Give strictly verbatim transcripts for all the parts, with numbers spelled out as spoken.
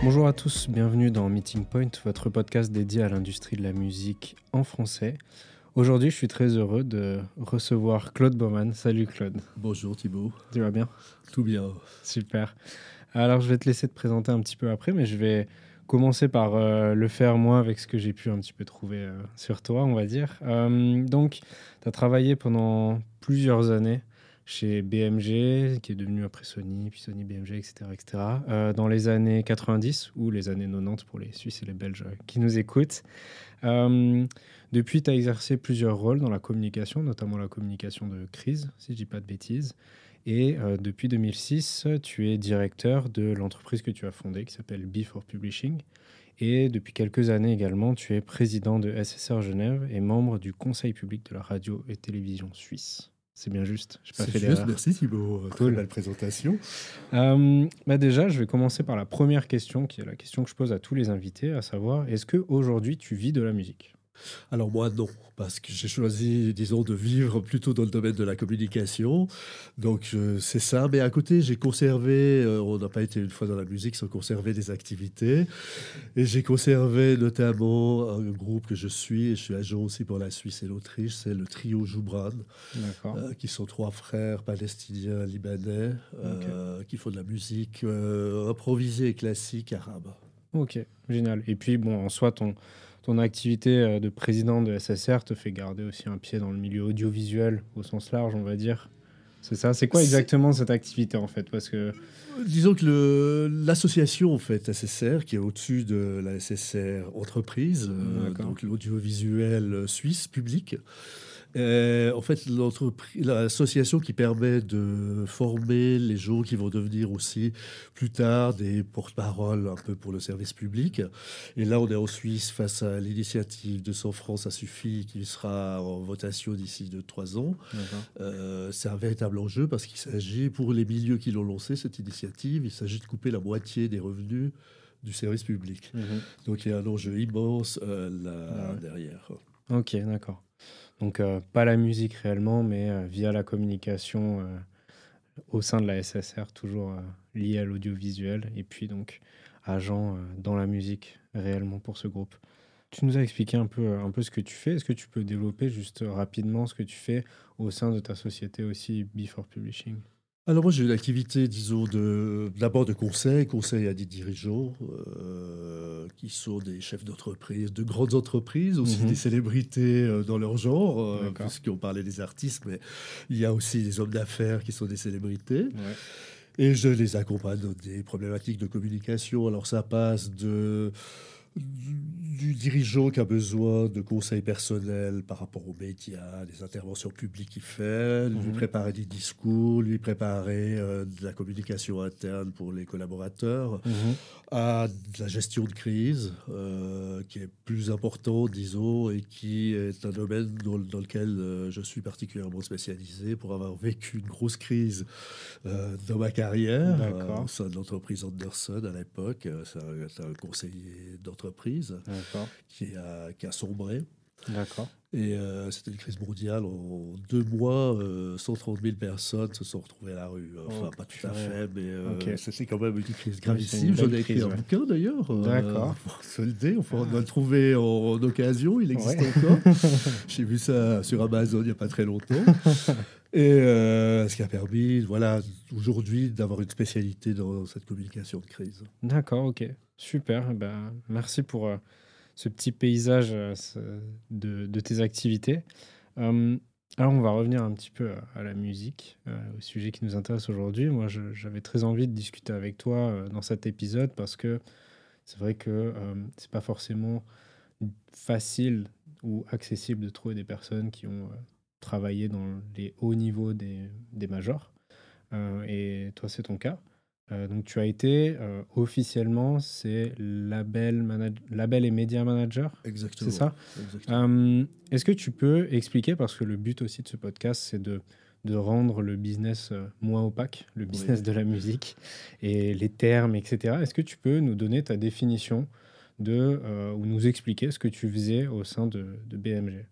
Bonjour à tous, bienvenue dans Meeting Point, votre podcast dédié à l'industrie de la musique en français. Aujourd'hui, je suis très heureux de recevoir Claude Baumann. Salut Claude. Bonjour Thibaut. Tu vas bien? Tout bien. Super. Alors, je vais te laisser te présenter un petit peu après, mais je vais commencer par euh, le faire moi avec ce que j'ai pu un petit peu trouver euh, sur toi, on va dire. Euh, donc, tu as travaillé pendant plusieurs années chez B M G, qui est devenu après Sony, puis Sony B M G, et cetera, et cetera, euh, dans les années quatre-vingt-dix ou les années quatre-vingt-dix pour les Suisses et les Belges euh, qui nous écoutent. Euh, Depuis, tu as exercé plusieurs rôles dans la communication, notamment la communication de crise, si je ne dis pas de bêtises. Et euh, depuis deux mille six, tu es directeur de l'entreprise que tu as fondée, qui s'appelle B four Publishing. Et depuis quelques années également, tu es président de S S R Genève et membre du conseil public de la radio et télévision suisse. C'est bien juste, je n'ai pas C'est fait juste, d'erreur. merci Thibaut. Cool. Très belle présentation. Euh, bah déjà, je vais commencer par la première question, qui est la question que je pose à tous les invités, à savoir, est-ce qu'aujourd'hui tu vis de la musique? Alors moi, non, parce que j'ai choisi, disons, de vivre plutôt dans le domaine de la communication. Donc euh, c'est ça. Mais à côté, j'ai conservé, euh, on n'a pas été une fois dans la musique sans conserver des activités. Et j'ai conservé notamment un groupe que je suis, et je suis agent aussi pour la Suisse et l'Autriche, c'est le trio Joubran, D'accord. euh, qui sont trois frères palestiniens libanais, euh, qui font de la musique euh, improvisée et classique arabe. Ok, génial. Et puis, bon, en soi, ton, ton activité euh, de président de S S R te fait garder aussi un pied dans le milieu audiovisuel au sens large, on va dire. C'est ça. C'est quoi C'est- exactement cette activité en fait? Parce que Disons que le- l'association en fait S S R, qui est au-dessus de la S S R entreprise, euh, D'accord. donc l'audiovisuel suisse public, euh, en fait l'entreprise, l'association qui permet de former les gens qui vont devenir aussi plus tard des porte-parole un peu pour le service public. Et là on est en Suisse face à l'initiative de cent francs ça suffit, qui sera en votation d'ici deux trois ans. D'accord. Euh, c'est un véritable enjeu parce qu'il s'agit, pour les milieux qui l'ont lancé, cette initiative, il s'agit de couper la moitié des revenus du service public. Mhm. Donc il y a un enjeu immense euh, là Ah ouais. derrière. Ok, d'accord. Donc, euh, pas la musique réellement, mais euh, via la communication euh, au sein de la S S R, toujours euh, lié à l'audiovisuel. Et puis, donc, agent euh, dans la musique réellement pour ce groupe. Tu nous as expliqué un peu, euh, un peu ce que tu fais. Est-ce que tu peux développer juste euh, rapidement ce que tu fais au sein de ta société aussi, B four Publishing? Alors moi j'ai une activité, disons, de, d'abord de conseil, conseil à des dirigeants euh, qui sont des chefs d'entreprise, de grandes entreprises, aussi Mhm. des célébrités euh, dans leur genre, euh, D'accord. puisqu'on parlait des artistes, mais il y a aussi des hommes d'affaires qui sont des célébrités. Ouais. Et je les accompagne dans des problématiques de communication. Alors ça passe de, du, du dirigeant qui a besoin de conseils personnels par rapport aux médias, des interventions publiques qu'il fait, lui Mhm. préparer des discours, lui préparer euh, de la communication interne pour les collaborateurs, Mhm. à de la gestion de crise, euh, qui est plus important, disons, et qui est un domaine dans, dans lequel euh, je suis particulièrement spécialisé pour avoir vécu une grosse crise euh, dans ma carrière, euh, D'accord. au sein de l'entreprise Anderson à l'époque. Euh, C'est un, c'est un conseiller d'entreprise D'accord. qui a, qui a sombré. D'accord. Et euh, c'était une crise mondiale. En deux mois, euh, cent trente mille personnes se sont retrouvées à la rue. Enfin, Oh, pas tout à purée. fait, mais euh, Ok. c'était quand même une crise Oui, c'est une gravissime. belle J'en ai écrit crise, un ouais. bouquin d'ailleurs. euh, D'accord. pour solder. Enfin, on Ah. doit le trouver en, en occasion. Il existe Ouais. encore. J'ai vu ça sur Amazon il n'y a pas très longtemps. Et euh, ce qui a permis, voilà, aujourd'hui, d'avoir une spécialité dans cette communication de crise. D'accord, ok. Super. Eh ben, merci pour euh, ce petit paysage euh, ce- de, de tes activités. Euh, alors, on va revenir un petit peu à, à la musique, euh, au sujet qui nous intéresse aujourd'hui. Moi, je- j'avais très envie de discuter avec toi euh, dans cet épisode parce que c'est vrai que euh, c'est pas forcément facile ou accessible de trouver des personnes qui ont euh, travaillé dans les hauts niveaux des, des majors. Euh, et toi, c'est ton cas. Euh, donc, tu as été euh, officiellement, c'est label, manag- label et média manager, c'est Exactement. ça? Exactement. Euh, Est-ce que tu peux expliquer, parce que le but aussi de ce podcast, c'est de, de rendre le business euh, moins opaque, le business Oui. de la musique, et les termes, et cetera. Est-ce que tu peux nous donner ta définition de, euh, ou nous expliquer ce que tu faisais au sein de, de B M G?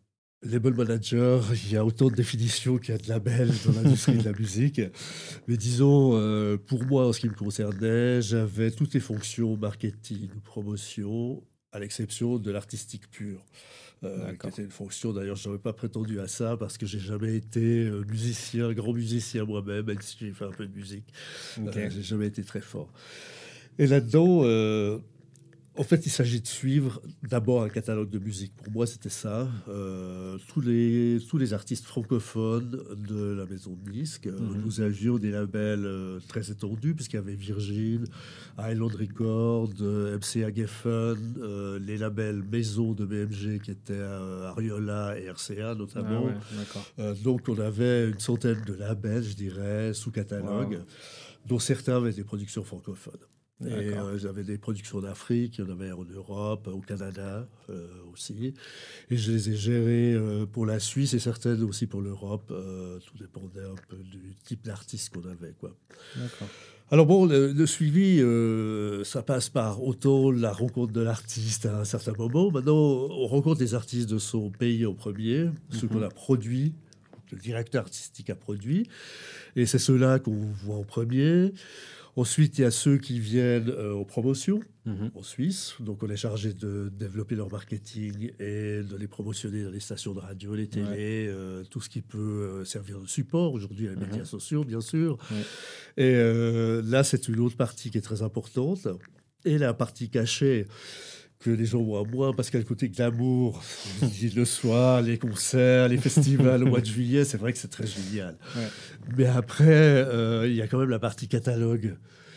Label manager, il y a autant de définitions qu'il y a de labels dans l'industrie de la musique. Mais disons, euh, pour moi, en ce qui me concernait, j'avais toutes les fonctions marketing, promotion, à l'exception de l'artistique pur, euh, qui D'accord. était une fonction, d'ailleurs, je n'avais pas prétendu à ça parce que j'ai jamais été euh, musicien, grand musicien moi-même, même si j'ai fait un peu de musique. Ok. Euh, j'ai jamais été très fort. Et là-dedans, euh, en fait, il s'agit de suivre d'abord un catalogue de musique. Pour moi, c'était ça. Euh, tous les, tous les artistes francophones de la maison de disques. Euh, Mhm. Nous avions des labels euh, très étendus, puisqu'il y avait Virgin, Island Records, euh, M C A Geffen, euh, les labels maison de B M G qui étaient euh, Ariola et R C A Ah notamment. ouais, d'accord. Euh, donc, on avait une centaine de labels, je dirais, sous Wow. catalogue, dont certains avaient des productions francophones. Et D'accord. euh, j'avais des productions d'Afrique, il y en avait en Europe, au Canada euh, aussi. Et je les ai gérées euh, pour la Suisse et certaines aussi pour l'Europe. Euh, tout dépendait un peu du type d'artiste qu'on avait, quoi. D'accord. Alors bon, le, le suivi, euh, ça passe par autant la rencontre de l'artiste à un certain moment. Maintenant, on rencontre les artistes de son pays en premier, ceux qu'on Mhm. a produits, que le directeur artistique a produit. Et c'est ceux-là qu'on voit en premier. Ensuite, il y a ceux qui viennent euh, en promotion Mhm. en Suisse. Donc, on est chargé de développer leur marketing et de les promotionner dans les stations de radio, les Ouais. télés, euh, tout ce qui peut euh, servir de support. Aujourd'hui, les médias Mhm. sociaux, bien sûr. Ouais. Et euh, là, c'est une autre partie qui est très importante. Et la partie cachée, que les gens voient moins parce qu'il y a le côté glamour, je dis le soir, les concerts, les festivals au mois de juillet, c'est vrai que c'est très génial. Ouais. Mais après, euh, il y a quand même la partie catalogue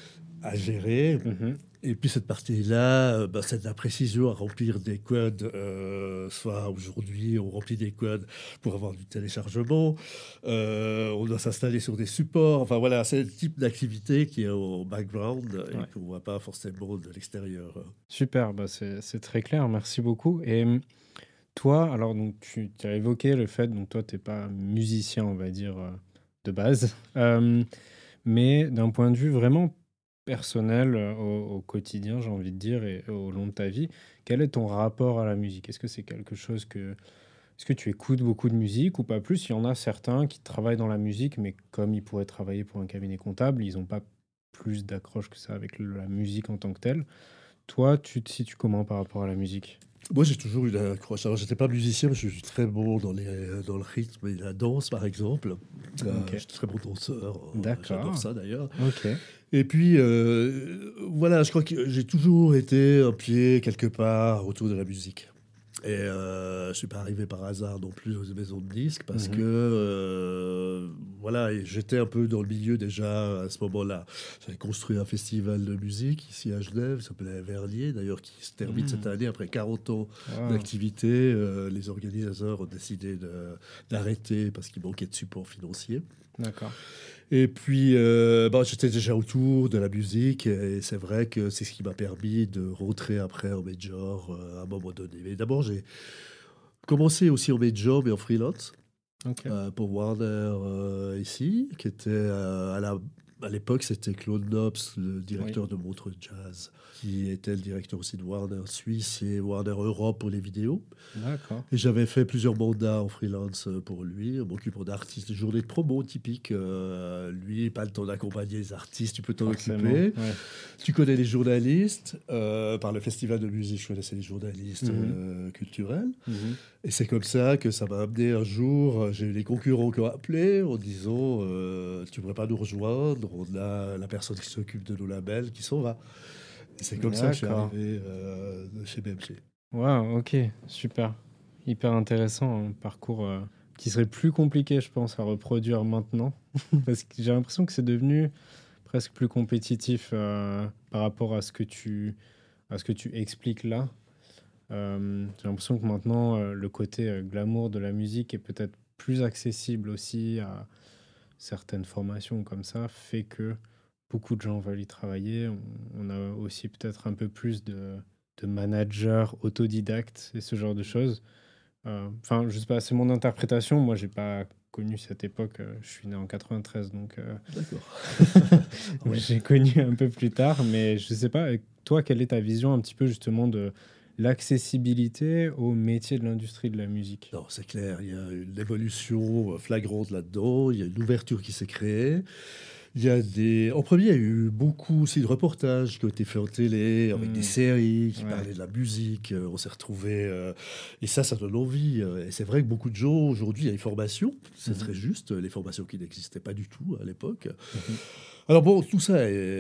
à gérer. Mhm. Et puis cette partie-là, euh, bah, c'est de la précision à remplir des codes. Euh, soit aujourd'hui, on remplit des codes pour avoir du téléchargement. Euh, on doit s'installer sur des supports. Enfin voilà, c'est le type d'activité qui est au background et Ouais. qu'on ne voit pas forcément de l'extérieur. Super, bah c'est c'est très clair, merci beaucoup. Et hum, toi, alors donc tu, tu as évoqué le fait, donc toi t'es pas musicien, on va dire, euh, de base, Euh, mais d'un point de vue vraiment personnel, euh, au, au quotidien, j'ai envie de dire, et au long de ta vie, quel est ton rapport à la musique? Est-ce que c'est quelque chose que... Est-ce que tu écoutes beaucoup de musique ou pas plus? Il y en a certains qui travaillent dans la musique, mais comme ils pourraient travailler pour un cabinet comptable, ils n'ont pas plus d'accroche que ça avec le- la musique en tant que telle. Toi, tu te situes comment par rapport à la musique? Moi, j'ai toujours eu la accroche. Alors, j'étais pas musicien, mais je suis très bon dans, les, dans le rythme et la danse, par exemple. Euh, Ok. je suis très bon danseur. euh, J'adore D'accord. ça, d'ailleurs. Ok. Et puis, euh, voilà, je crois que j'ai toujours été un pied quelque part autour de la musique. Et euh, je suis pas arrivé par hasard non plus aux maisons de disques parce que Mhm. euh, voilà, et j'étais un peu dans le milieu déjà à ce moment-là. J'avais construit un festival de musique ici à Genève, qui s'appelait Vernier, d'ailleurs, qui se termine cette Mhm. année après quarante ans Wow. d'activité. Euh, les organisateurs ont décidé de- d'arrêter parce qu'il manquait de support financier. D'accord. Et puis, euh, bon, j'étais déjà autour de la musique et c'est vrai que c'est ce qui m'a permis de rentrer après en major euh, à un moment donné. Mais d'abord, j'ai commencé aussi en major mais en freelance Ok. euh, pour Warner euh, ici, qui était euh, à la à l'époque, c'était Claude Nobs, le Oui. directeur de Montreux Jazz, qui était le directeur aussi de Warner Suisse et Warner Europe pour les vidéos. D'accord. Et j'avais fait plusieurs mandats en freelance euh, pour lui, en m'occupant d'artistes, des journées de promo typiques. Euh, lui, pas le temps d'accompagner les artistes, tu peux t'en Forcément. occuper. Ouais. Tu connais les journalistes. Euh, par le festival de musique, je connaissais les journalistes Mhm. euh, culturels. Mhm. Et c'est comme ça que ça m'a amené un jour. euh, J'ai eu les concurrents qui ont appelé en disant euh, tu ne voudrais pas nous rejoindre. On a la personne qui s'occupe de nos labels qui s'en va. Et c'est comme ça que je suis D'accord. arrivé euh, chez B M G. Wow, ok, super. Hyper intéressant, un parcours euh, qui serait plus compliqué, je pense, à reproduire maintenant. Parce que j'ai l'impression que c'est devenu presque plus compétitif euh, par rapport à ce que tu, à ce que tu expliques là. Euh, j'ai l'impression que maintenant, euh, le côté euh, glamour de la musique est peut-être plus accessible aussi à certaines formations comme ça, fait que beaucoup de gens veulent y travailler. On, on a aussi peut-être un peu plus de, de managers autodidactes et ce genre de choses. Euh, Enfin, je sais pas, c'est mon interprétation. Moi, j'ai pas connu cette époque. euh, Je suis né en quatre-vingt-treize, donc euh, D'accord. Ouais. j'ai connu un peu plus tard. Mais je sais pas, euh, toi, quelle est ta vision un petit peu justement de l'accessibilité au métier de l'industrie de la musique. Non, c'est clair, il y a une évolution flagrante là-dedans, il y a une ouverture qui s'est créée. Il y a des... En premier, il y a eu beaucoup aussi de reportages qui ont été faits en télé, avec des Hmm, séries qui ouais. parlaient de la musique. euh, On s'est retrouvés. euh, Et ça, ça donne envie. euh, Et c'est vrai que beaucoup de gens, aujourd'hui, il y a une formation. C'est Mhm, très juste. Les formations qui n'existaient pas du tout à l'époque. mhm. Alors bon, tout ça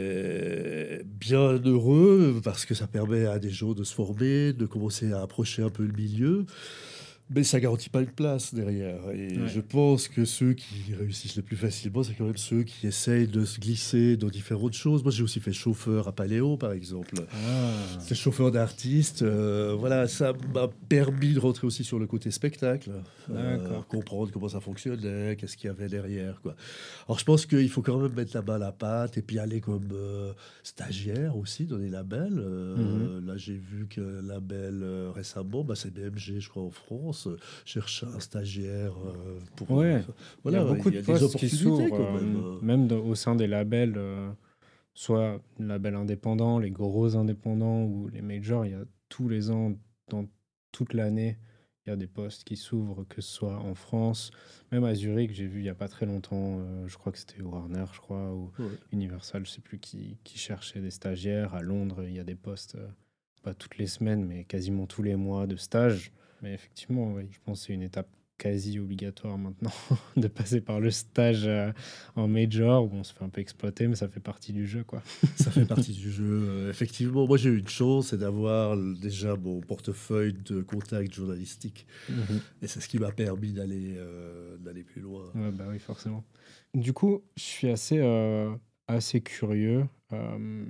est bien heureux parce que ça permet à des gens de se former, de commencer à approcher un peu le milieu. Mais ça garantit pas une place derrière. Et Ouais. je pense que ceux qui réussissent le plus facilement, c'est quand même ceux qui essayent de se glisser dans différentes choses. Moi, j'ai aussi fait chauffeur à Paléo, par exemple. Ah, C'est chauffeur d'artiste. euh, voilà, ça m'a permis de rentrer aussi sur le côté spectacle, euh, d'accord. comprendre comment ça fonctionnait, qu'est-ce qu'il y avait derrière, quoi. Alors, je pense qu'il faut quand même mettre la main à la pâte et puis aller comme euh, stagiaire aussi dans les labels. Mhm. Euh, là, j'ai vu que label euh, récemment, bah, c'est B M G, je crois, en France, euh, cherche un stagiaire euh, pour. euh, Ouais, il y a voilà, beaucoup il de y a des postes qui opportunités s'ouvrent, quand même. euh, euh. même dans- au sein des labels, euh, soit labels indépendants, les gros indépendants ou les majors. Il y a tous les ans, dans toute l'année, il y a des postes qui s'ouvrent, que ce soit en France, même à Zurich. J'ai vu il n'y a pas très longtemps, euh, je crois que c'était Warner, je crois, ou Ouais. Universal, je sais plus qui, qui cherchait des stagiaires. À Londres, il y a des postes, euh, pas toutes les semaines, mais quasiment tous les mois de stage. Mais effectivement, oui, je pense que c'est une étape quasi obligatoire maintenant de passer par le stage euh, en major où on se fait un peu exploiter, mais ça fait partie du jeu, quoi. Ça fait partie du jeu. euh, Effectivement, moi j'ai eu une chance, c'est d'avoir l- déjà mon portefeuille de contacts journalistiques. Mhm. Et c'est ce qui m'a permis d'aller euh, d'aller plus loin. Ouais, bah oui, forcément. Du coup, je suis assez, euh, assez curieux. euh,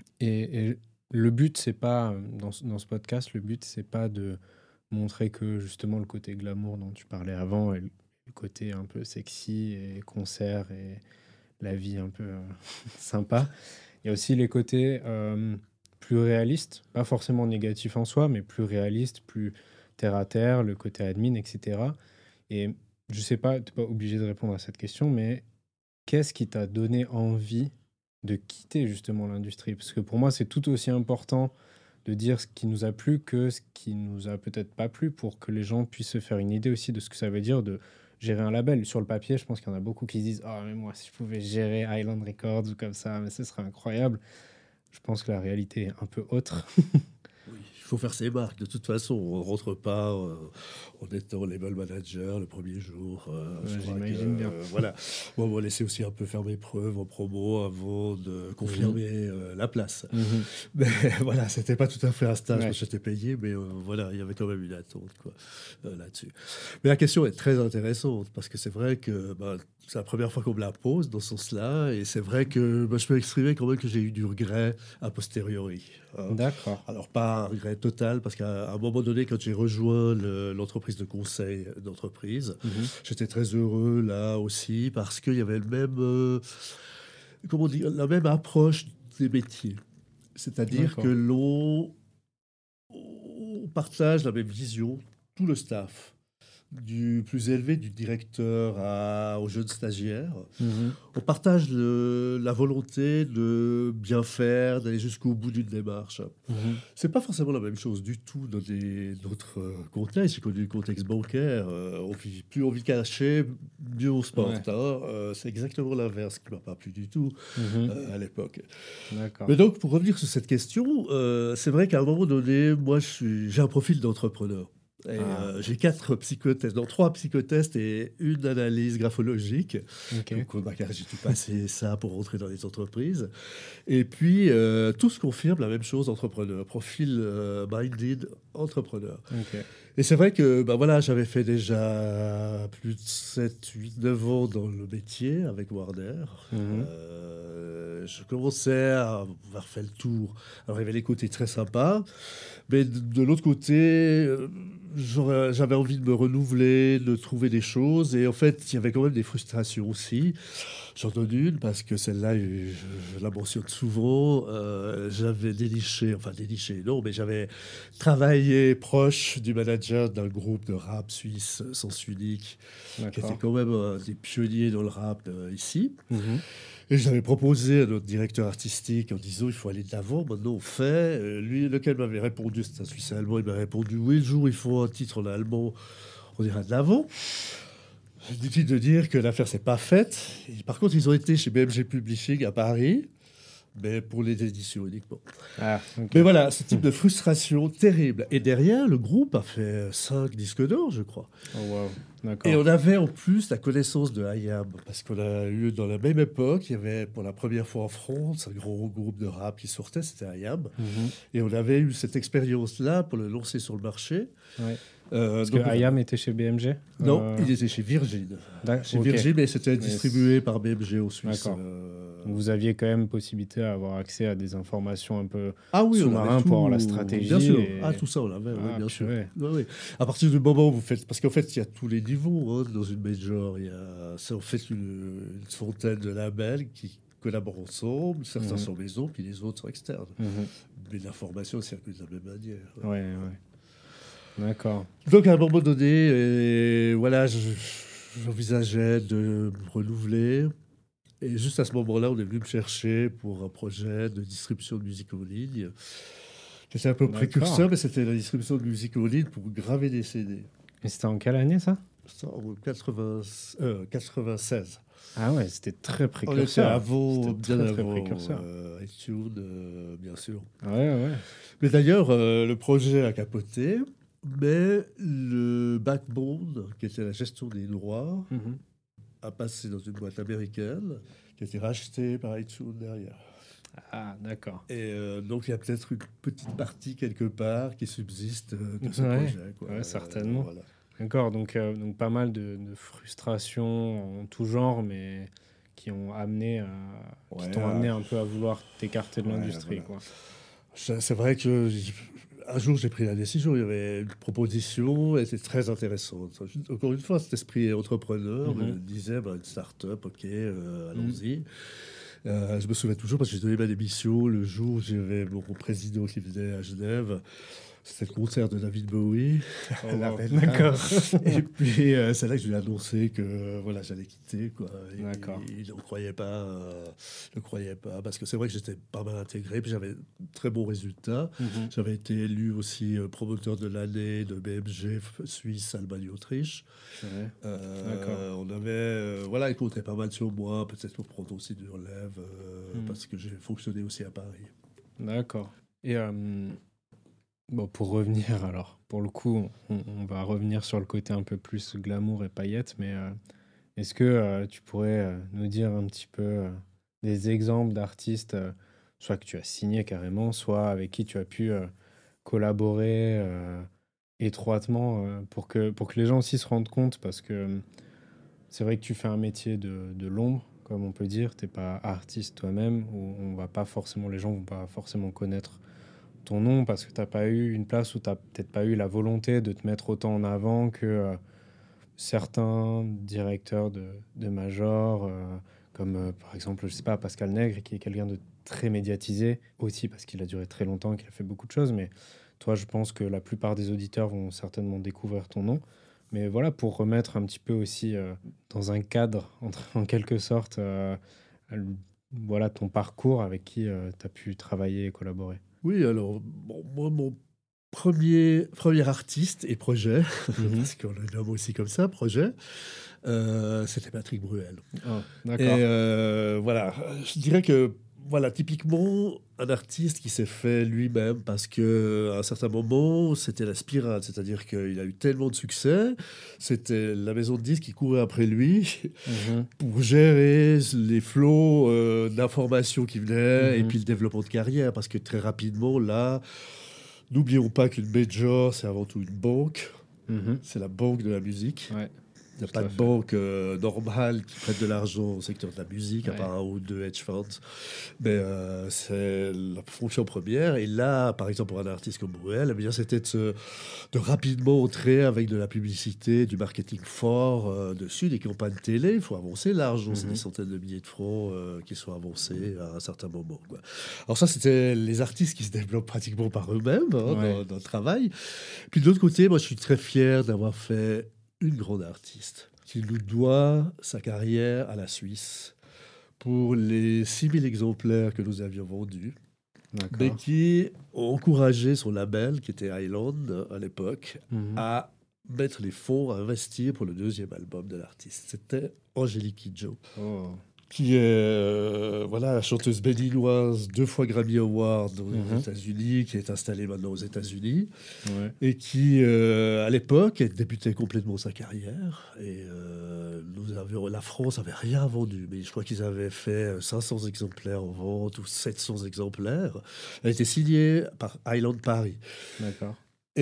et, et le but, c'est pas, euh, dans, ce- dans ce podcast, le but, c'est pas de montrer que justement le côté glamour dont tu parlais avant et le, le côté un peu sexy et concert et la vie un peu euh, sympa. Il y a aussi les côtés euh, plus réalistes, pas forcément négatifs en soi, mais plus réalistes, plus terre à terre, le côté admin, et cetera. Et je sais pas, tu n'es pas obligé de répondre à cette question, mais qu'est-ce qui t'a donné envie de quitter justement l'industrie? Parce que pour moi, c'est tout aussi important de dire ce qui nous a plu que ce qui nous a peut-être pas plu pour que les gens puissent se faire une idée aussi de ce que ça veut dire de gérer un label. Sur le papier, je pense qu'il y en a beaucoup qui se disent ah mais moi, si je pouvais gérer Island Records ou comme ça, mais ce serait incroyable. Je pense que la réalité est un peu autre. Oui, il faut faire ses marques. De toute façon, on ne rentre pas euh, en étant label manager le premier jour. Euh, je Ouais, crois que j'imagine bien. euh, voilà. Moi, on va laisser aussi un peu faire mes preuves en promo avant de Mhm. confirmer euh, la place. Mhm. Mais voilà, c'était pas tout à fait un stage que Ouais. j'étais payé, mais euh, voilà, il y avait quand même une attente quoi, euh, là-dessus. Mais la question est très intéressante parce que c'est vrai que bah, c'est la première fois qu'on me la pose dans ce sens-là, et c'est vrai que bah, je peux exprimer quand même que j'ai eu du regret a posteriori, hein. D'accord. Alors pas un regret total, parce qu'à à un moment donné, quand j'ai rejoint le- l'entreprise de conseil d'entreprise, Mhm. j'étais très heureux là aussi, parce qu'il y avait le même, euh, comment dire, la même approche des métiers. C'est-à-dire que D'accord. l'on on partage la même vision, tout le staff, du plus élevé, du directeur à, aux jeunes stagiaires. Mhm. On partage le- la volonté de bien faire, d'aller jusqu'au bout d'une démarche. Mhm. C'est pas forcément la même chose du tout dans des- d'autres euh, contextes. J'ai connu le contexte bancaire. euh, on vit, plus on vit caché, mieux on se Ouais. porte, hein. Euh, c'est exactement l'inverse qui m'a pas plu du tout Mhm. euh, à l'époque. D'accord. Mais donc, pour revenir sur cette question, euh, c'est vrai qu'à un moment donné, moi, je suis- j'ai un profil d'entrepreneur. Et Ah, euh, j'ai quatre psychotests, non, trois psychotests et une analyse graphologique. ok. Donc, euh, bah, car j'ai tout passé ça pour rentrer dans les entreprises. Et puis, euh, tous confirment la même chose, entrepreneur. Profil euh, minded, entrepreneur. Ok. Et c'est vrai que bah voilà, j'avais fait déjà plus de sept, huit, neuf ans dans le métier avec Warner. Mhm. Euh, je commençais à avoir fait le tour. Alors, il y avait les côtés très sympas, mais de, de l'autre côté, euh, j'aurais- j'avais envie de me renouveler, de trouver des choses. Et en fait, il y avait quand même des frustrations aussi. J'en donne une parce que celle-là, je, je la mentionne souvent. Euh, j'avais déniché, enfin déniché, non, mais j'avais travaillé proche du manager manager d'un groupe de rap suisse, Sens Unique, qui était D'accord. quand même un des pionniers dans le rap euh, ici. Mhm. Et j'avais proposé à notre directeur artistique en disant il faut aller de l'avant, maintenant on fait. Euh, lui, lequel m'avait répondu, c'est un Suisse allemand, il m'a répondu oui, le jour où il faut un titre en allemand, on ira de l'avant. Inutile de dire que l'affaire s'est pas faite. Et par contre, ils ont été chez B M G Publishing à Paris, mais pour les éditions uniquement. Ah, ok. Mais voilà, ce type de frustration terrible. Et derrière, le groupe a fait cinq disques d'or, je crois. Oh, wow. Et D'accord. on avait en plus la connaissance de I A M, parce qu'on a eu dans la même époque, il y avait pour la première fois en France un gros groupe de rap qui sortait, c'était I A M. Mhm. Et on avait eu cette expérience-là pour le lancer sur le marché. Ouais. Euh, Parce donc, que I A M était chez B M G. non, Euh, il était chez Virgin. d'ac- Chez ok. Virgin, mais c'était Mais distribué par B M G au Suisse. D'accord. Euh, Donc vous aviez quand même possibilité d'avoir accès à des informations un peu Ah oui, on sous-marin avait pour avoir la tout. stratégie. Bien sûr. et- Ah, tout ça, on l'avait, oui, Ah, bien sûr. purée. Ouais, ouais. À partir du moment où vous faites. Parce qu'en fait, il y a tous les niveaux hein, dans une major. Il y a, c'est en fait une, une centaine de labels qui collaborent ensemble. Certains Mhm. sont maison, puis les autres sont externes. Mhm. Mais l'information circule de la même manière. Ouais, ouais. D'accord. Donc, à un moment donné, et voilà, je- j'envisageais de me renouveler. Et juste à ce moment-là, on est venu me chercher pour un projet de distribution de musique en ligne. C'était un peu D'accord. précurseur, mais c'était la distribution de musique en ligne pour graver des C D. Et c'était en quelle année ça? Ça, en quatre-vingts, euh, quatre-vingt-seize. Ah ouais, c'était très On était précurseur. avant, C'était bien très, très avant précurseur. euh, iTunes, euh, bien sûr. Ouais, ouais. Mais d'ailleurs, euh, le projet a capoté, mais le backbone, qui était la gestion des droits, Mhm. a passé dans une boîte américaine qui a été rachetée par iTunes derrière. Ah, d'accord. Et euh, donc, il y a peut-être une petite partie quelque part qui subsiste euh, de ce Ouais, projet. Quoi. ouais, certainement. voilà. D'accord, donc, euh, donc pas mal de, de frustrations en tout genre, mais qui ont amené à, qui Ouais, t'ont euh, amené un peu à vouloir t'écarter de ouais, l'industrie, voilà. quoi. C'est c'est vrai que j- un jour j'ai pris la décision. Il y avait une proposition, et c'était très intéressante. Encore une fois, cet esprit entrepreneur Mhm. me disait bah, une start-up, ok, euh, allons-y. Euh, je me souviens toujours parce que j'ai donné ma démission le jour où j'avais mon président qui venait à Genève. C'était le concert de David Bowie. Oh, La wow. reine. D'accord. Et puis euh, c'est là que je lui ai annoncé que euh, voilà, j'allais quitter. Quoi. Et D'accord. Il ne croyait pas, euh, il ne croyait pas parce que c'est vrai que j'étais pas mal intégré. Puis j'avais de très bons résultats. Mhm. J'avais été élu aussi euh, promoteur de l'année de B M G F- Suisse, Allemagne, Autriche. C'est vrai. Euh, D'accord. on avait, euh, voilà, il comptait pas mal sur moi, peut-être pour prendre aussi du relève, euh, Mhm. parce que j'ai fonctionné aussi à Paris. D'accord. Et euh, bon, pour revenir alors, pour le coup, on, on va revenir sur le côté un peu plus glamour et paillettes, mais euh, est-ce que euh, tu pourrais euh, nous dire un petit peu euh, des exemples d'artistes, euh, soit que tu as signé carrément, soit avec qui tu as pu euh, collaborer euh, étroitement euh, pour que, pour que les gens aussi se rendent compte, parce que euh, c'est vrai que tu fais un métier de, de l'ombre, comme on peut dire, t'es pas artiste toi-même, où on va pas forcément, les gens vont pas forcément connaître ton nom parce que t'as pas eu une place où t'as peut-être pas eu la volonté de te mettre autant en avant que euh, certains directeurs de, de major, euh, comme euh, par exemple, je sais pas, Pascal Nègre, qui est quelqu'un de très médiatisé, aussi parce qu'il a duré très longtemps, qu'il a fait beaucoup de choses, mais toi, je pense que la plupart des auditeurs vont certainement découvrir ton nom. Mais voilà, pour remettre un petit peu aussi euh, dans un cadre, entre- en quelque sorte, euh, le- voilà ton parcours avec qui tu as pu travailler et collaborer. Oui, alors, bon, moi, mon premier, premier artiste et projet, Mhm. parce qu'on le nomme aussi comme ça, projet, euh, c'était Patrick Bruel. Oh, Et d'accord. euh, voilà, je dirais que, voilà, typiquement, un artiste qui s'est fait lui-même parce que à un certain moment, c'était la spirale, c'est-à-dire qu'il a eu tellement de succès, c'était la maison de disques qui courait après lui Mhm. pour gérer les flots euh, d'informations qui venaient et Mhm. puis le développement de carrière, parce que très rapidement, là, n'oublions pas qu'une major, c'est avant tout une banque, Mhm. c'est la banque de la musique. Ouais. Il n'y a Tout pas à de fait. banque euh, normale qui prête de l'argent au secteur de la musique, à Ouais. part un ou deux hedge funds. Mais euh, c'est la fonction première. Et là, par exemple, pour un artiste comme Bruel, eh bien, c'était de, se- de rapidement entrer avec de la publicité, du marketing fort euh, dessus, des campagnes télé. Il faut avancer l'argent. C'est des Mhm. centaines de milliers de francs euh, qui sont avancés à un certain moment, quoi. Alors ça, c'était les artistes qui se développent pratiquement par eux-mêmes hein, Ouais. dans, dans le travail. Puis de l'autre côté, moi, je suis très fier d'avoir fait une grande artiste qui nous doit sa carrière à la Suisse pour les six mille exemplaires que nous avions vendus, mais D'accord. qui ont encouragé son label, qui était Island euh, à l'époque, Mhm. à mettre les fonds, à investir pour le deuxième album de l'artiste. C'était Angélique Kidjo, Oh. qui est euh, voilà, la chanteuse béninoise, deux fois Grammy Award aux Mhm. États-Unis, qui est installée maintenant aux États-Unis Ouais. et qui, euh, à l'époque, elle débutait complètement sa carrière. Et euh, nous avions, la France avait rien vendu, mais je crois qu'ils avaient fait cinq cents exemplaires en vente ou sept cents exemplaires. Elle était signée par Island Paris. D'accord.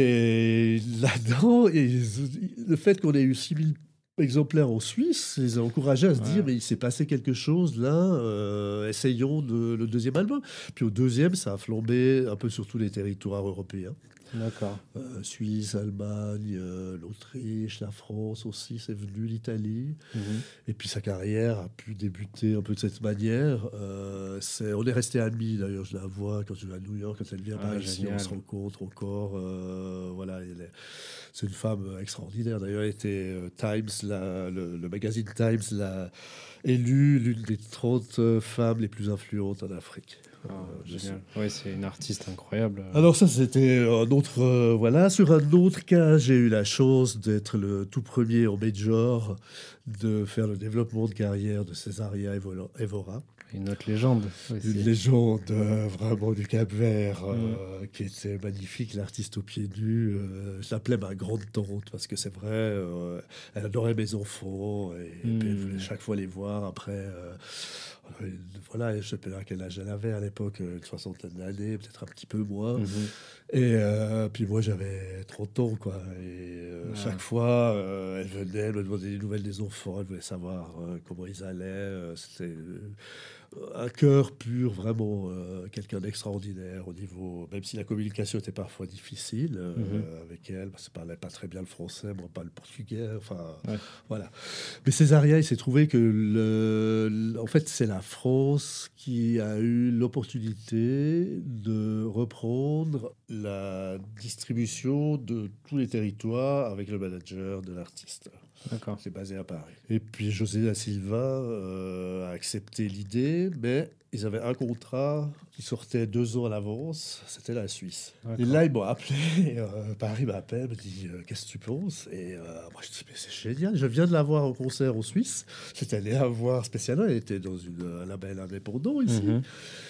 Et là-dedans, et le fait qu'on ait eu six mille exemplaires en Suisse les a encouragés à se dire Ouais. mais il s'est passé quelque chose là, euh, essayons de- le deuxième album. Puis au deuxième, ça a flambé un peu sur tous les territoires européens. D'accord. Euh, Suisse, Allemagne, euh, l'Autriche, la France aussi, c'est venu, l'Italie. Mhm. Et puis sa carrière a pu débuter un peu de cette manière. Euh, c'est, on est resté amis d'ailleurs, je la vois quand je vais à New York, quand elle vient par Ah, ici, on génial. se rencontre encore. euh, voilà, elle est- c'est une femme extraordinaire. D'ailleurs, elle était euh, Times, la- le, le magazine Times l'a élue l'une des trente euh, femmes les plus influentes en Afrique. Ah, Euh, je sais. génial. Ouais, c'est une artiste incroyable. Alors ça, c'était un autre... euh, voilà, sur un autre cas, j'ai eu la chance d'être le tout premier au Major, de faire le développement de carrière de Césaria Evola- Evora, Une autre légende une aussi. légende euh, vraiment du Cap-Vert, Mm. euh, qui était magnifique, l'artiste aux pieds nus. euh, je l'appelais ma grande tante, parce que c'est vrai, euh, elle adorait mes enfants, et, et puis elle voulait Mm. chaque fois les voir après... euh, euh, voilà, je ne sais pas à quel âge elle avait à l'époque, euh, une soixantaine d'années, peut-être un petit peu moins. Mhm. Et euh, puis moi, j'avais trente ans, quoi. Et euh, Ah. chaque fois, euh, elle venait, elle me demandait des nouvelles des enfants, elle voulait savoir euh, comment ils allaient. euh, C'était euh, un cœur pur, vraiment, euh, quelqu'un d'extraordinaire au niveau, même si la communication était parfois difficile euh, Mhm. avec elle, parce qu'elle parlait pas très bien le français, moi pas le portugais, enfin, Ouais. voilà. Mais Césaria, il s'est trouvé que, le, l- en fait, c'est la France qui a eu l'opportunité de reprendre la distribution de tous les territoires avec le manager de l'artiste. D'accord. C'est basé à Paris. Et puis José da Silva euh, a accepté l'idée, mais ils avaient un contrat qui sortait deux ans à l'avance, c'était la Suisse. Et D'accord. là, ils m'ont appelé, euh, Paris m'appelle, me dit euh, qu'est-ce que tu penses? Et euh, moi, je dis mais c'est génial, je viens de la voir en concert en Suisse. J'étais allé la voir spécialement, elle était dans une, un label indépendant ici. Mhm.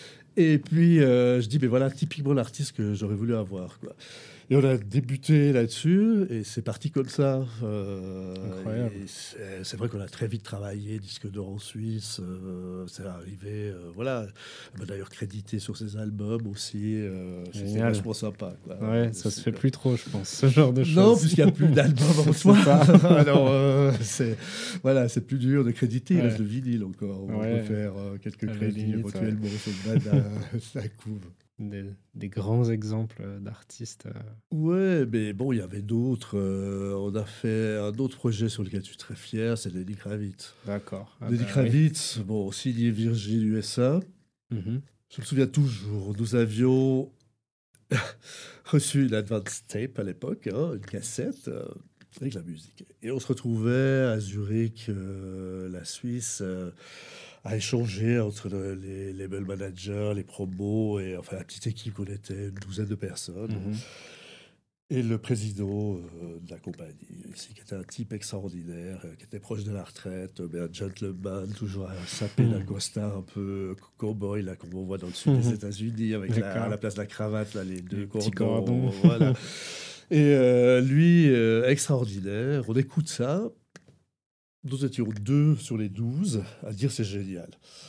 Et puis, euh, je dis, mais voilà, typiquement l'artiste que j'aurais voulu avoir, quoi. Et on a débuté là-dessus, et c'est parti comme ça. Euh, Incroyable. et c'est c'est vrai qu'on a très vite travaillé, disque d'or en Suisse, euh, c'est arrivé, euh, voilà. Elle m'a d'ailleurs crédité sur ses albums aussi, euh, c'était Génial. vachement sympa, quoi. Ouais, ça se C'est- fait plus trop, je pense, ce genre de choses. Non, puisqu'il n'y a plus d'albums en C'est soi. ça. Alors, euh, c'est voilà, c'est plus dur de créditer. Il Ouais. reste le vinyle encore. On Ouais. peut faire euh, quelques À la crédits limite, éventuellement sur le bas de la, la couve. Des, des grands exemples d'artistes. euh. Ouais, mais bon, il y avait d'autres. euh, on a fait un autre projet sur lequel je suis très fier, c'est Lenny Kravitz. D'accord. Ah Lenny bah oui. Kravitz, bon, signé Virgin U S A. Mhm. Je me souviens toujours, nous avions reçu une advance tape à l'époque, hein, une cassette euh, avec la musique. Et on se retrouvait à Zurich, euh, la Suisse, euh, à échanger entre le- les label managers, les promos, et enfin la petite équipe qu'on était, une douzaine de personnes. Mhm. Et le président euh, de la compagnie, ici, qui était un type extraordinaire, euh, qui était proche de la retraite, euh, mais un gentleman, toujours à saper Mhm. la costard un peu cowboy, là, comme on voit dans le sud des Mhm. États-unis, avec la, D'accord. à la place de la cravate, là, les deux Les petits cordons. cordons. Voilà. Et euh, lui, euh, extraordinaire, on écoute ça. Nous étions deux sur les douze à dire c'est génial.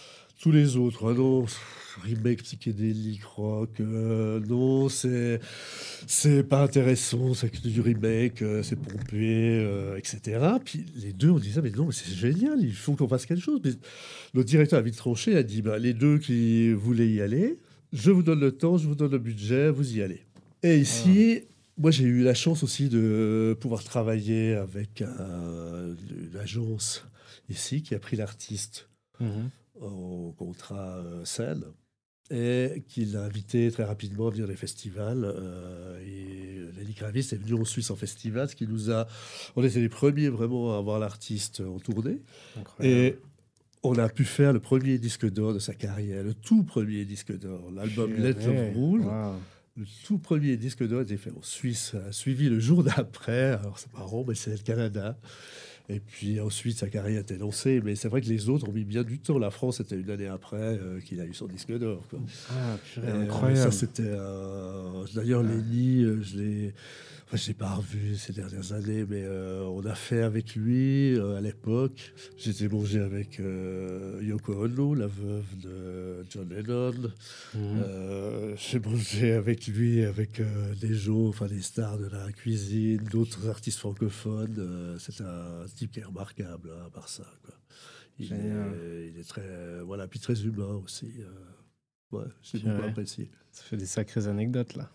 tous les autres. Ah non, pff, remake psychédélique, rock, euh, non, c'est c'est pas intéressant, c'est que du remake, euh, c'est pompé, euh, et cetera. Puis les deux, on disait, mais non, mais c'est génial, il faut qu'on fasse quelque chose. Mais notre directeur a vite tranché, a dit, bah, les deux qui voulaient y aller, je vous donne le temps, je vous donne le budget, vous y allez. Et Ah, ici, moi j'ai eu la chance aussi de pouvoir travailler avec un- une agence ici qui a pris l'artiste mhm. au contrat euh, scène et qui l'a invité très rapidement à venir des festivals. euh, et Lenny Kravitz est venu en Suisse en festival, ce qui nous a... On était les premiers vraiment à avoir l'artiste en tournée. Incroyable. Et on a pu faire le premier disque d'or de sa carrière, le tout premier disque d'or, l'album Let Love Purée. Rule. Waouh. Le tout premier disque d'or a été fait en Suisse, a suivi le jour d'après. Alors c'est marrant, mais c'est le Canada. Et puis ensuite, sa carrière a été lancée. Mais c'est vrai que les autres ont mis bien du temps. La France, c'était une année après euh, qu'il a eu son disque d'or, quoi. Ah, Et, purée, euh, ça, incroyable. c'était. euh, D'ailleurs, Ah, Lenny, euh, je l'ai. Enfin, je l'ai pas revu ces dernières années, mais euh, on a fait avec lui euh, à l'époque. J'étais mangé avec euh, Yoko Ono, la veuve de John Lennon. mhm. Euh, j'ai mangé avec lui, avec euh, des gens, enfin des stars de la cuisine, d'autres artistes francophones. Euh, c'est un type qui est remarquable, hein, à part ça, quoi. Il Génial. est, il est très, euh, voilà, puis très humain aussi. euh. Ouais, j'ai beaucoup Purée. apprécié. Ça fait des sacrées anecdotes là.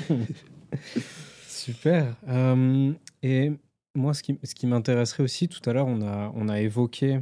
Super. Euh, et moi, ce qui, ce qui m'intéresserait aussi, tout à l'heure, on a, on a évoqué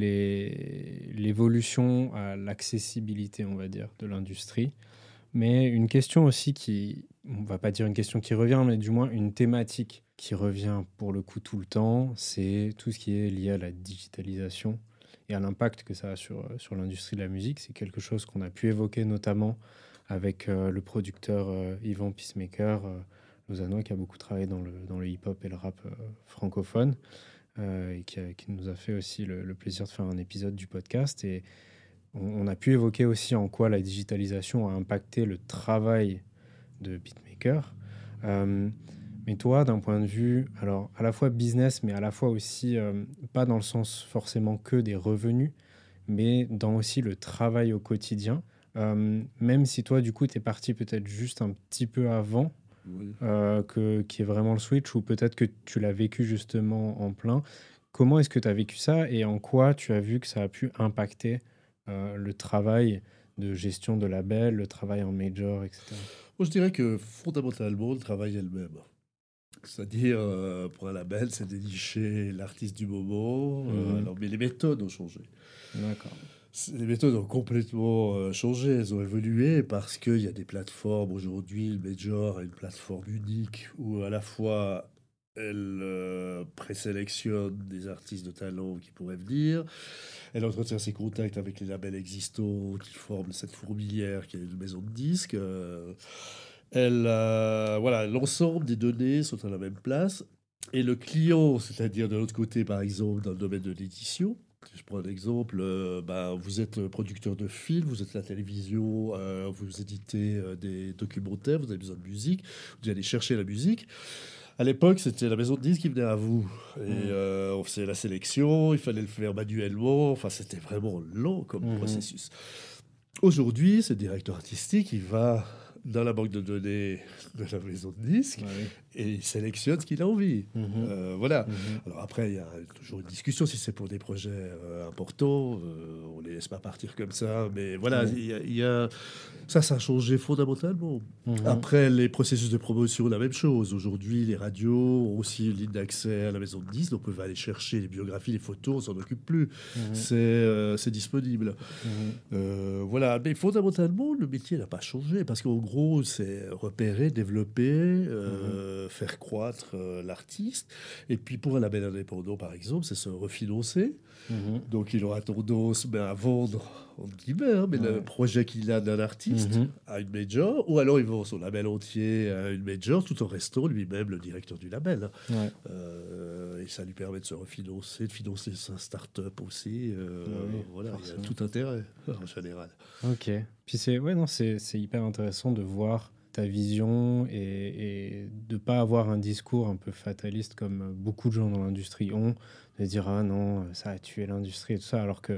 les, l'évolution à l'accessibilité, on va dire, de l'industrie. Mais une question aussi qui, on va pas dire une question qui revient, mais du moins une thématique qui revient pour le coup tout le temps, c'est tout ce qui est lié à la digitalisation et à l'impact que ça a sur, euh, sur l'industrie de la musique. C'est quelque chose qu'on a pu évoquer notamment avec euh, le producteur euh, Yvan Peacemaker, euh, lausannois, qui a beaucoup travaillé dans le, dans le hip-hop et le rap euh, francophone, euh, et qui, a- qui nous a fait aussi le, le plaisir de faire un épisode du podcast. Et on, on a pu évoquer aussi en quoi la digitalisation a impacté le travail de beatmaker. Euh, mais toi, d'un point de vue, alors à la fois business, mais à la fois aussi, euh, pas dans le sens forcément que des revenus, mais dans aussi le travail au quotidien, euh, même si toi, du coup, tu es parti peut-être juste un petit peu avant Oui. euh, que, qui est vraiment le switch, ou peut-être que tu l'as vécu justement en plein. Comment est-ce que tu as vécu ça et en quoi tu as vu que ça a pu impacter euh, le travail de gestion de label, le travail en major, et cetera. Moi, je dirais que fondamentalement, le travail est le même. C'est-à-dire, euh, pour un label, c'est dénicher l'artiste du moment. euh, Mhm. alors, mais les méthodes ont changé. D'accord. C'est- Les méthodes ont complètement euh, changé, elles ont évolué parce qu'il y a des plateformes aujourd'hui. Le Major a une plateforme unique où à la fois elle euh, présélectionne des artistes de talent qui pourraient venir, elle entretient ses contacts avec les labels existants qui forment cette fourmilière qui est une maison de disques. euh, elle, euh, voilà, l'ensemble des données sont à la même place. Et le client, c'est-à-dire de l'autre côté, par exemple, dans le domaine de l'édition, je prends un exemple, euh, bah, vous êtes producteur de films, vous êtes à la télévision, euh, vous éditez euh, des documentaires, vous avez besoin de musique, vous allez chercher la musique. À l'époque, c'était la maison de disques qui venait à vous. Et Mhm. euh, on faisait la sélection, il fallait le faire manuellement, enfin c'était vraiment lent comme Mhm. processus. Aujourd'hui, c'est le directeur artistique qui va dans la banque de données de la maison de disques Bah oui. et il sélectionne ce qu'il a envie. Mhm. Euh, voilà. Mhm. Alors après, il y a toujours une discussion si c'est pour des projets euh, importants. euh, on les laisse pas partir comme ça. Mais voilà, Ouais. il y a, il y a- ça, ça a changé fondamentalement. Mhm. Après, les processus de promotion, la même chose. Aujourd'hui, les radios ont aussi une ligne d'accès à la maison de disques, donc on peut aller chercher les biographies, les photos, on s'en occupe plus. Mhm. C'est euh, c'est disponible. Mhm. Euh, voilà, mais fondamentalement, le métier n'a pas changé parce qu'en gros, c'est repérer, développer, Mhm. euh, faire croître euh, l'artiste. Et puis pour un label indépendant, par exemple, c'est se refinancer. Mhm. Donc il aura tendance ben, à vendre, entre guillemets, hein, mais le Ouais. projet qu'il a d'un artiste Mhm. à une major, ou alors il vend son label entier à une major tout en restant lui-même le directeur du label. Ouais. Euh, et ça lui permet de se refinancer, de financer sa start-up aussi. euh, Bah oui, voilà, il y a forcément. tout intérêt en général. Ok. Puis c'est ouais, non, c'est c'est hyper intéressant de voir ta vision et, et de pas avoir un discours un peu fataliste comme beaucoup de gens dans l'industrie ont, de dire ah non, ça a tué l'industrie et tout ça, alors que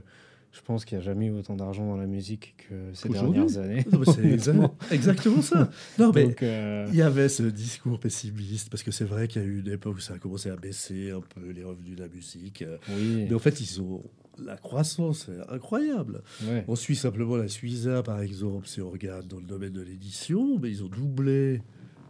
je pense qu'il n'y a jamais eu autant d'argent dans la musique que ces Qu'aujourd'hui. dernières années. Non, mais c'est exa- honnêtement. exactement ça. Non, mais Donc, euh, il y avait ce discours pessimiste, parce que c'est vrai qu'il y a eu une époque où ça a commencé à baisser un peu les revenus de la musique. euh, oui, Mais en fait, ils ont la croissance est incroyable. ouais. On suit simplement la Suiza, par exemple, si on regarde dans le domaine de l'édition, mais ils ont doublé,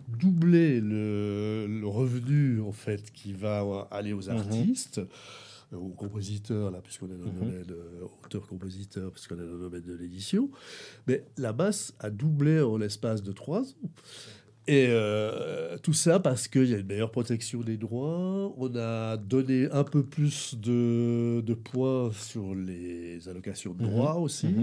doublé le, le revenu en fait qui va aller aux Mhm, artistes, euh, aux compositeurs, là, puisqu'on est dans le mhm. domaine euh, auteur-compositeur, puisqu'on est dans le domaine de l'édition. Mais la masse a doublé en l'espace de trois ans. Et euh, tout ça parce qu'il y a une meilleure protection des droits. On a donné un peu plus de, de poids sur les allocations de Mhm, droits aussi. mhm.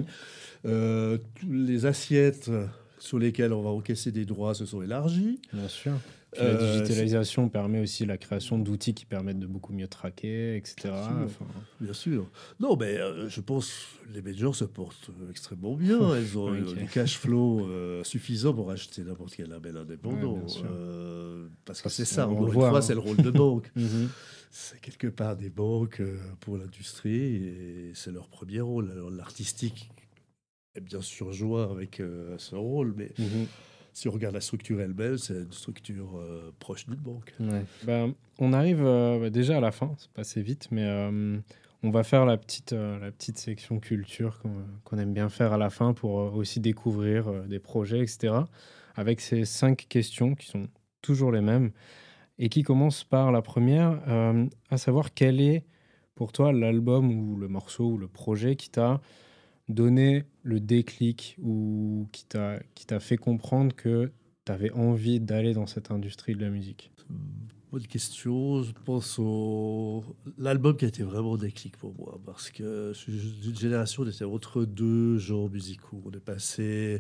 Euh, tous les assiettes sur lesquelles on va encaisser des droits se sont élargies. Bien sûr. Puis la Euh, c'est- digitalisation permet aussi la création d'outils qui permettent de beaucoup mieux traquer, bien et cetera. sûr, Enfin, bien sûr. Non, mais euh, je pense que les majors se portent euh, extrêmement bien. Elles ont euh, ok. du cash flow euh, suffisant pour acheter n'importe quel label Ouais, indépendant. bien sûr. Euh, parce Ça, que c'est c'est- ça, on le encore une voit, fois, hein. c'est le rôle de banque. Mhm. C'est quelque part des banques euh, pour l'industrie et c'est leur premier rôle. Alors, l'artistique est bien sûr joint avec euh, ce rôle, mais Mhm. si on regarde la structure elle-même, c'est une structure euh, proche d'une banque. Ouais. Ben, on arrive euh, bah, déjà à la fin, c'est passé vite, mais euh, on va faire la petite, euh, la petite section culture qu'on qu'on aime bien faire à la fin pour euh, aussi découvrir euh, des projets, et cetera. Avec ces cinq questions qui sont toujours les mêmes et qui commencent par la première, euh, à savoir quel est pour toi l'album ou le morceau ou le projet qui t'a donné le déclic ou qui t'a qui t'a fait comprendre que tu avais envie d'aller dans cette industrie de la musique. Bonne question. Je pense au l'album qui a été vraiment déclic pour moi parce que je suis d'une génération où on était entre deux genres musicaux. On est passé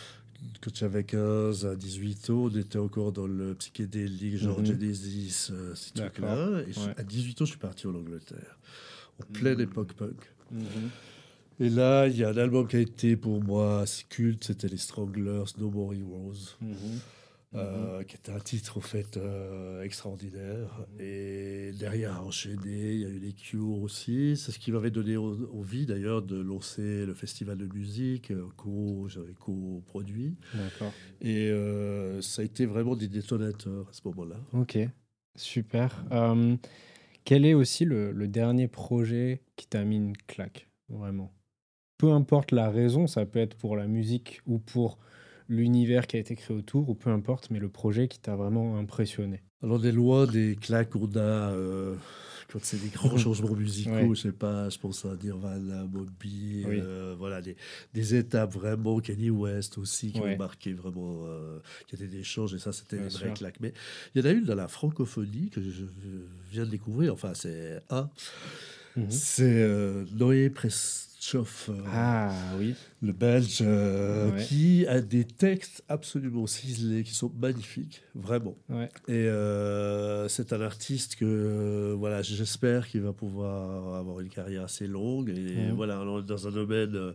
quand j'avais quinze à dix-huit ans, on était encore dans le psychédélique, genre Mhm. Genesis, euh, ces D'accord. trucs-là. Et je- Ouais. à dix-huit ans, je suis parti en Angleterre, en pleine Mhm. époque punk. Mhm. Et là, il y a un album qui a été pour moi assez culte, c'était les Stranglers, No More Heroes, Mhm. Mhm. euh, qui était un titre en fait euh, extraordinaire. Mhm. Et derrière, a enchaîné, il y a eu les Cure aussi. C'est ce qui m'avait donné au- envie d'ailleurs de lancer le festival de musique, euh, co, j'avais co-produit. D'accord. Et euh, ça a été vraiment des détonateurs à ce moment-là. Ok. Super. Euh, quel est aussi le, le dernier projet qui t'a mis une claque, vraiment? Peu importe la raison, ça peut être pour la musique ou pour l'univers qui a été créé autour, ou peu importe, mais le projet qui t'a vraiment impressionné. Alors, on est loin des claques qu'on a euh, quand c'est des grands changements musicaux. Ouais. Je sais pas, je pense à Nirvana, Moby, Oui. euh, voilà, des, des étapes vraiment, Kanye West aussi, qui Ouais. ont marqué vraiment, euh, qui étaient des échanges, et ça, c'était Bien des vraies sûr. claques. Mais il y en a une dans la francophonie que je, je viens de découvrir, enfin, c'est un, Mhm. c'est euh, Noé Prestchoff, euh, Ah oui. le Belge, euh, Ouais. qui a des textes absolument ciselés, qui sont magnifiques, vraiment. Ouais. Et euh, c'est un artiste que euh, voilà, j'espère qu'il va pouvoir avoir une carrière assez longue. Et Mhm. voilà, on est dans un domaine euh,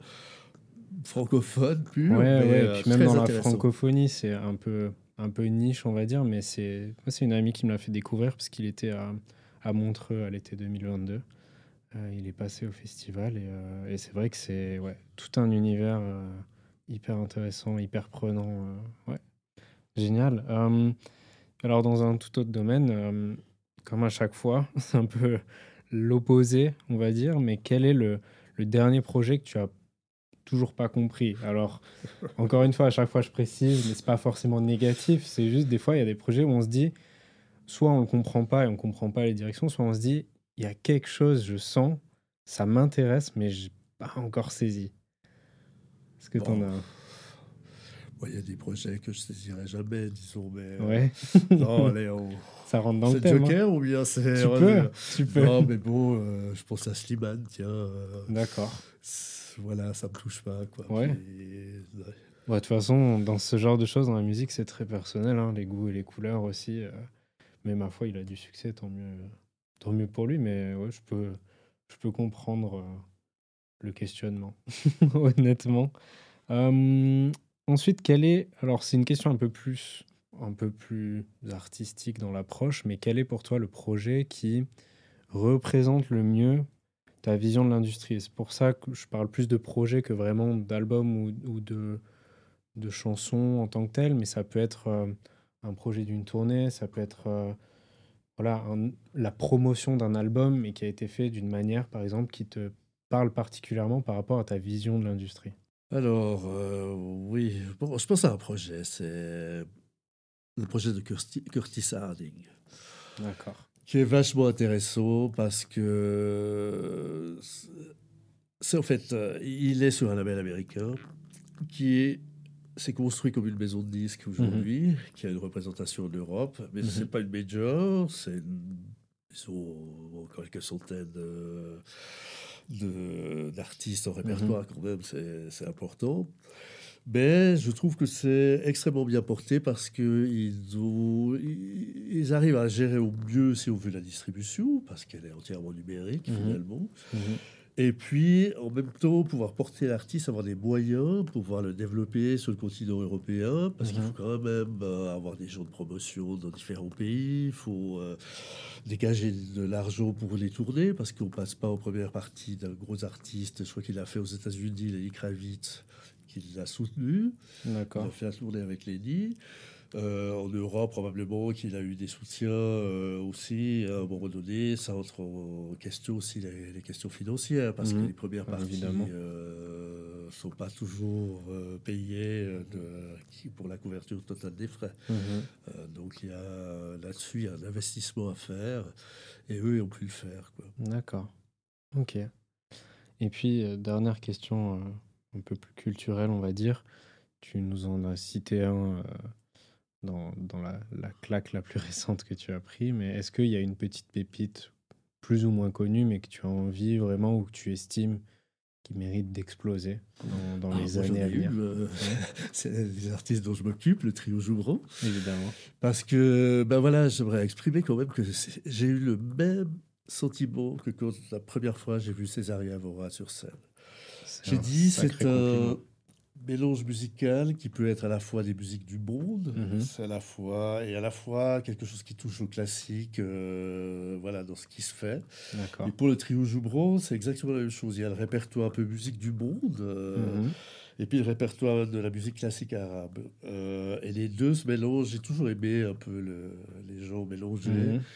francophone pur, Ouais, mais ouais. Et euh, puis même très dans la intéressant. francophonie, c'est un peu, un peu niche, on va dire, mais c'est moi, c'est une amie qui me l'a fait découvrir parce qu'il était à, à Montreux à l'été deux mille vingt-deux. Euh, il est passé au festival et, euh, et c'est vrai que c'est ouais, tout un univers euh, hyper intéressant, hyper prenant. euh, ouais, génial. Euh, alors, dans un tout autre domaine, euh, comme à chaque fois, c'est un peu l'opposé, on va dire, mais quel est le, le dernier projet que tu as toujours pas compris? Alors, encore une fois, à chaque fois, je précise, mais c'est pas forcément négatif, c'est juste des fois, il y a des projets où on se dit, soit on le comprend pas et on comprend pas les directions, soit on se dit, il y a quelque chose, je sens, ça m'intéresse, mais j'ai pas encore saisi. Est-ce que t'en Bon, as un? ouais, il y a des projets que je ne saisirai jamais, disons, mais euh, Ouais. non, allez, on- Ça rentre dans le c'est thème, hein. Joker ou bien c'est. Tu on va peux, dire- tu peux. Non, mais bon, euh, je pense à Slimane, tiens. euh, D'accord. c'est- voilà, ça me touche pas, quoi. Ouais. Puis, ouais. Ouais, de toute façon, dans ce genre de choses, dans la musique, c'est très personnel, hein, les goûts et les couleurs aussi. euh. Mais ma foi, il a du succès, tant mieux, tant mieux pour lui. Mais ouais, je peux, je peux comprendre euh, le questionnement, honnêtement. Euh, ensuite, quel est... Alors, c'est une question un peu plus, un peu plus artistique dans l'approche, mais quel est pour toi le projet qui représente le mieux ta vision de l'industrie. Et c'est pour ça que je parle plus de projet que vraiment d'album ou, ou de, de chansons en tant que telles, mais ça peut être euh, un projet d'une tournée, ça peut être euh, voilà, un- la promotion d'un album, mais qui a été fait d'une manière, par exemple, qui te parle particulièrement par rapport à ta vision de l'industrie. Alors, euh, oui, bon, je pense à un projet, c'est le projet de Curti- Curtis Harding, D'accord. qui est vachement intéressant parce que c'est c'est en fait, euh, il est sur un label américain qui est, s'est construit comme une maison de disques Mhm, aujourd'hui, qui a une représentation en Europe, mais c'est mhm, pas une major, c'est une- ils ont quelques centaines de- de- d'artistes en mhm, répertoire quand même, c'est c'est important. Mais je trouve que c'est extrêmement bien porté parce qu'ils ont, ils ils arrivent à gérer au mieux, si on veut, la distribution, parce qu'elle est entièrement numérique mhm, finalement. mhm, Et puis, en même temps, pouvoir porter l'artiste, avoir des moyens pour pouvoir le développer sur le continent européen, parce qu'il faut mhm, quand même euh, avoir des jours de promotion dans différents pays, il faut euh, dégager de l'argent pour les tourner, parce qu'on passe pas en première partie d'un gros artiste. Je crois qu'il a fait aux États-Unis, Lenny Kravitz, qui l'a soutenu. Il a d'accord. fait la tournée avec Lenny. Euh, en Europe, probablement qu'il a eu des soutiens euh, aussi à un moment donné. Ça entre en question aussi les, les questions financières, parce que Mhm, les premières bien parties évidemment. ne sont pas toujours euh, payées euh, de- qui- pour la couverture totale des frais. Mhm, Euh, donc il y a là-dessus il y a un investissement à faire, et eux ils ont pu le faire, quoi. d'accord. Ok. Et puis, euh, dernière question euh, un peu plus culturelle, on va dire. Tu nous en as cité un euh, dans, dans la, la claque la plus récente que tu as pris, mais est-ce qu'il y a une petite pépite plus ou moins connue, mais que tu as envie vraiment ou que tu estimes qui mérite d'exploser dans, dans Ah, les moi j'en années ai à une, venir? euh, Ouais, c'est les artistes dont je m'occupe, le trio Joubran. évidemment. Parce que, ben voilà, j'aimerais exprimer quand même que c'est- j'ai eu le même sentiment que quand la première fois j'ai vu Césaria Evora sur scène. C'est J'ai un dit, c'est sacré un compliment. mélange musical qui peut être à la fois des musiques du monde, Mhm, c'est à la fois, et à la fois quelque chose qui touche au classique, euh, voilà, dans ce qui se fait. Et d'accord. pour le trio Joubran, c'est exactement la même chose. Il y a le répertoire un peu musique du monde, euh, Mhm, et puis le répertoire de la musique classique arabe. Euh, et les deux se mélangent. J'ai toujours aimé un peu le- les gens mélangés. mhm,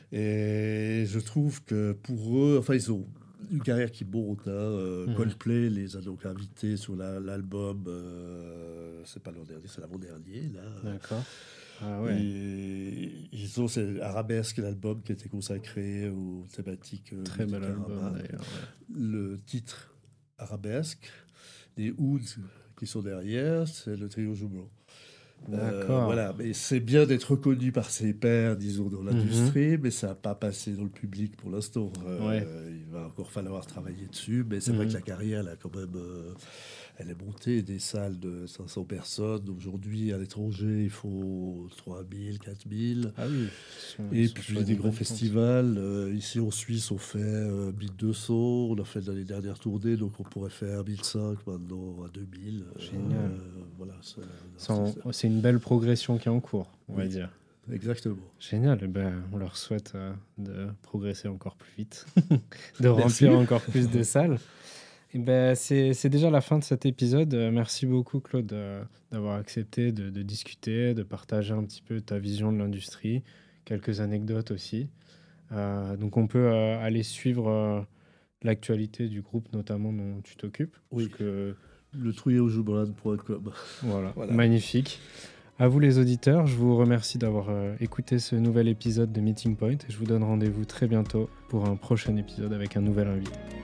Et je trouve que pour eux, enfin, ils ont une carrière qui monte, hein. Euh, mhm, Coldplay les a donc invités sur la- l'album, euh, c'est pas l'an dernier, c'est l'avant-dernier, là. d'accord. Ah ouais, Et ils ont, c'est Arabesque, l'album qui était consacré aux thématiques euh, très bel musique album arabe. d'ailleurs. Ouais. Le titre Arabesque, les ouds qui sont derrière, c'est le trio Joublan. Euh, D'accord. voilà, mais c'est bien d'être reconnu par ses pairs, disons, dans Mhm, l'industrie, mais ça n'a pas passé dans le public pour l'instant. ouais. Euh, il va encore falloir travailler dessus, mais c'est vrai que Mhm. la carrière, là, quand même, euh, elle est montée. Des salles de cinq cents personnes. Aujourd'hui, à l'étranger, il faut trois mille, quatre mille. Ah oui, ils sont, ils Et sont sur puis une des grands bonne pente. festivals. Euh, ici en Suisse, on fait euh, mille deux cents. On a fait dans les dernières tournées, donc on pourrait faire mille cinq maintenant à deux mille. Génial. Euh, voilà, c'est un C'est en- artiste. c'est une belle progression qui est en cours, on va Oui, dire. exactement. Génial. Eh ben, on leur souhaite euh, de progresser encore plus vite, de remplir Merci. encore plus de salles. Eh ben, c'est, c'est déjà la fin de cet épisode. Euh, merci beaucoup, Claude, euh, d'avoir accepté de, de discuter, de partager un petit peu ta vision de l'industrie, quelques anecdotes aussi. Euh, donc, on peut euh, aller suivre euh, l'actualité du groupe, notamment dont tu t'occupes, parce Oui, que le trio joubran point com. voilà, Voilà. magnifique. À vous les auditeurs, je vous remercie d'avoir euh, écouté ce nouvel épisode de Meeting Point et je vous donne rendez-vous très bientôt pour un prochain épisode avec un nouvel invité.